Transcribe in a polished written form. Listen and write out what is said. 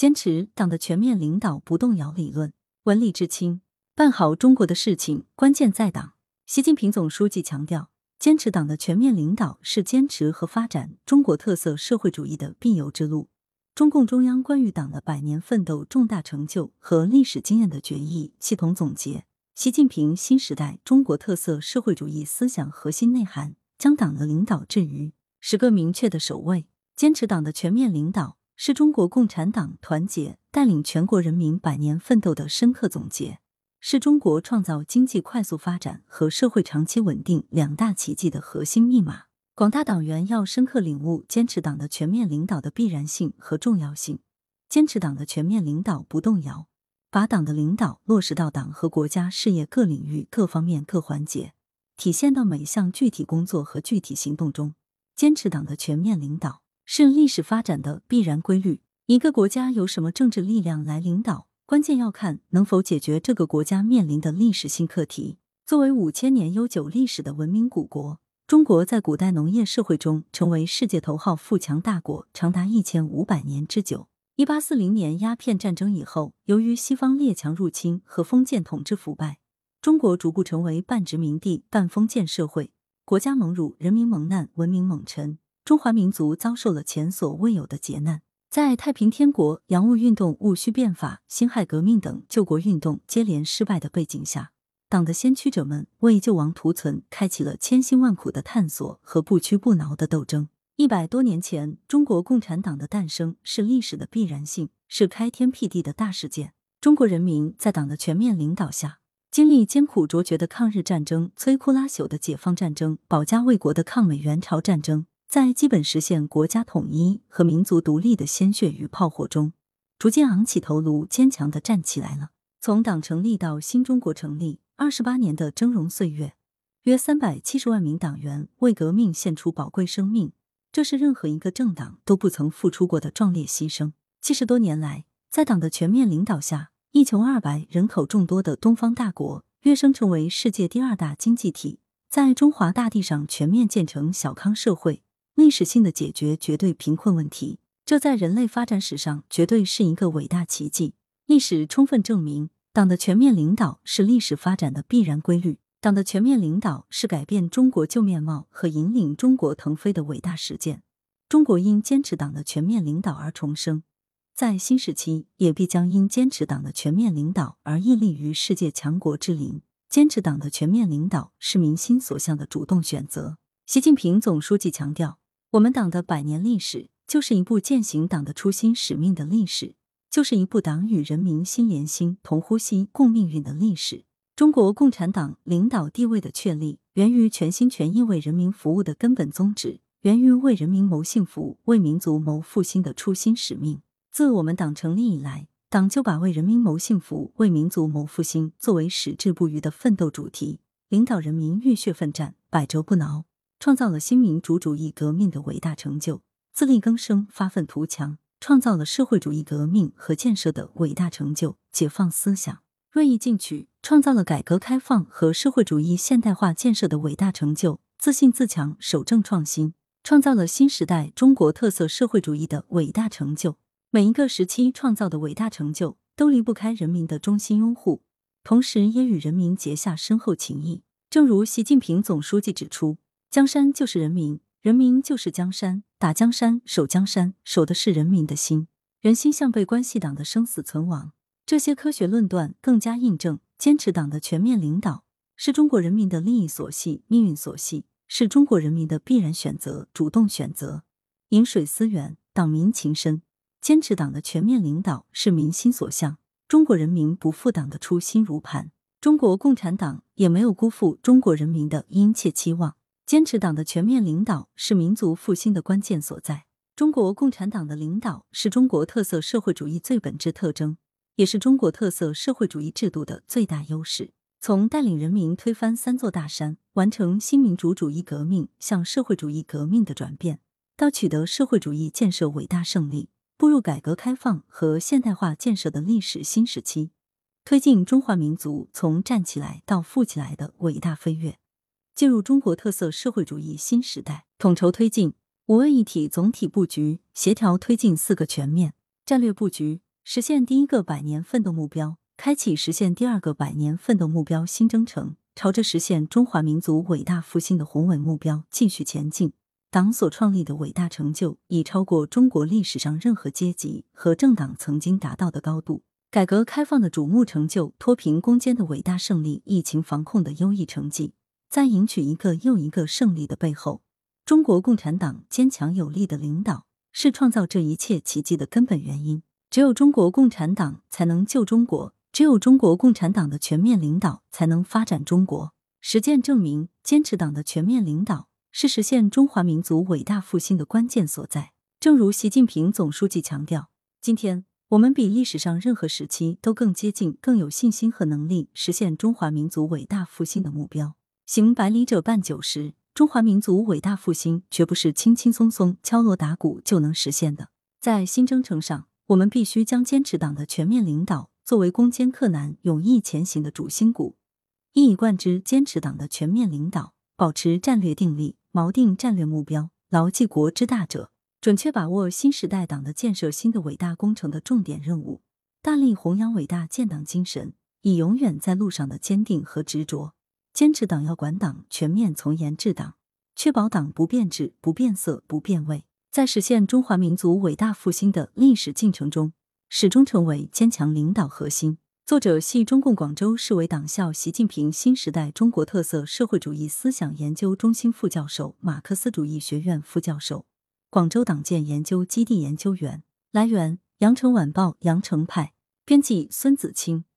坚持党的全面领导不动摇理论。文理至清，办好中国的事情，关键在党。习近平总书记强调，坚持党的全面领导是坚持和发展中国特色社会主义的必由之路。中共中央关于党的100年奋斗重大成就和历史经验的决议系统总结，习近平新时代中国特色社会主义思想核心内涵，将党的领导置于10个明确的首位。坚持党的全面领导是中国共产党团结带领全国人民100年奋斗的深刻总结，是中国创造经济快速发展和社会长期稳定2大奇迹的核心密码。广大党员要深刻领悟坚持党的全面领导的必然性和重要性，坚持党的全面领导不动摇，把党的领导落实到党和国家事业各领域各方面各环节，体现到每项具体工作和具体行动中。坚持党的全面领导是历史发展的必然规律。一个国家由什么政治力量来领导，关键要看能否解决这个国家面临的历史性课题。作为5000年悠久历史的文明古国，中国在古代农业社会中成为世界头号富强大国长达1500年之久。1840年鸦片战争以后，由于西方列强入侵和封建统治腐败，中国逐步成为半殖民地半封建社会，国家蒙辱，人民蒙难，文明蒙尘，中华民族遭受了前所未有的劫难。在太平天国、洋务运动、戊戌变法、辛亥革命等救国运动接连失败的背景下，党的先驱者们为救亡图存开启了千辛万苦的探索和不屈不挠的斗争。100多年前，中国共产党的诞生是历史的必然性，是开天辟地的大事件。中国人民在党的全面领导下，经历艰苦卓绝的抗日战争、摧枯拉朽的解放战争、保家卫国的抗美援朝战争，在基本实现国家统一和民族独立的鲜血与炮火中，逐渐昂起头颅，坚强地站起来了。从党成立到新中国成立28年的峥嵘岁月，约370万名党员为革命献出宝贵生命，这是任何一个政党都不曾付出过的壮烈牺牲。70多年来，在党的全面领导下，一穷二白、人口众多的东方大国跃升成为世界第2大经济体，在中华大地上全面建成小康社会，历史性的解决绝对贫困问题，这在人类发展史上绝对是一个伟大奇迹。历史充分证明，党的全面领导是历史发展的必然规律，党的全面领导是改变中国旧面貌和引领中国腾飞的伟大实践。中国因坚持党的全面领导而重生，在新时期也必将因坚持党的全面领导而屹立于世界强国之林。坚持党的全面领导是民心所向的主动选择。习近平总书记强调，我们党的100年历史就是一部践行党的初心使命的历史，就是一部党与人民心连心、同呼吸、共命运的历史。中国共产党领导地位的确立，源于全心全意为人民服务的根本宗旨，源于为人民谋幸福、为民族谋复兴的初心使命。自我们党成立以来，党就把为人民谋幸福、为民族谋复兴作为矢志不渝的奋斗主题，领导人民浴血奋战、百折不挠，创造了新民主主义革命的伟大成就，自力更生、发愤图强，创造了社会主义革命和建设的伟大成就，解放思想，锐意进取，创造了改革开放和社会主义现代化建设的伟大成就，自信自强，守正创新，创造了新时代中国特色社会主义的伟大成就。每一个时期创造的伟大成就都离不开人民的衷心拥护，同时也与人民结下深厚情谊。正如习近平总书记指出，江山就是人民，人民就是江山，打江山、守江山，守的是人民的心。人心向背关系党的生死存亡。这些科学论断更加印证，坚持党的全面领导是中国人民的利益所系、命运所系，是中国人民的必然选择、主动选择。饮水思源，党民情深。坚持党的全面领导是民心所向，中国人民不负党的初心如磐，中国共产党也没有辜负中国人民的殷切期望。坚持党的全面领导是民族复兴的关键所在。中国共产党的领导是中国特色社会主义最本质特征，也是中国特色社会主义制度的最大优势。从带领人民推翻3座大山，完成新民主主义革命向社会主义革命的转变，到取得社会主义建设伟大胜利，步入改革开放和现代化建设的历史新时期，推进中华民族从站起来到富起来的伟大飞跃，进入中国特色社会主义新时代。统筹推进5位一体总体布局，协调推进4个全面战略布局。 实现第一个100年奋斗目标，开启实现第二个100年奋斗目标新征程，朝着实现中华民族伟大复兴的宏伟目标继续前进。党所创立的伟大成就已超过中国历史上任何阶级和政党曾经达到的高度。改革开放的瞩目成就，脱贫攻坚的伟大胜利，疫情防控的优异成绩，在赢取一个又一个胜利的背后，中国共产党坚强有力的领导是创造这一切奇迹的根本原因。只有中国共产党才能救中国，只有中国共产党的全面领导才能发展中国。实践证明，坚持党的全面领导是实现中华民族伟大复兴的关键所在。正如习近平总书记强调，今天我们比历史上任何时期都更接近、更有信心和能力实现中华民族伟大复兴的目标。行百里者半90，中华民族伟大复兴绝不是轻轻松松、敲锣打鼓就能实现的。在新征程上，我们必须将坚持党的全面领导作为攻坚克难、勇毅前行的主心骨，一以贯之坚持党的全面领导，保持战略定力，锚定战略目标，牢记国之大者，准确把握新时代党的建设新的伟大工程的重点任务，大力弘扬伟大建党精神，以永远在路上的坚定和执着，坚持党要管党，全面从严治党，确保党不变质、不变色、不变味，在实现中华民族伟大复兴的历史进程中，始终成为坚强领导核心。作者系中共广州市委党校习近平新时代中国特色社会主义思想研究中心副教授、马克思主义学院副教授，广州党建研究基地研究员。来源：羊城晚报羊城派，编辑孙子清。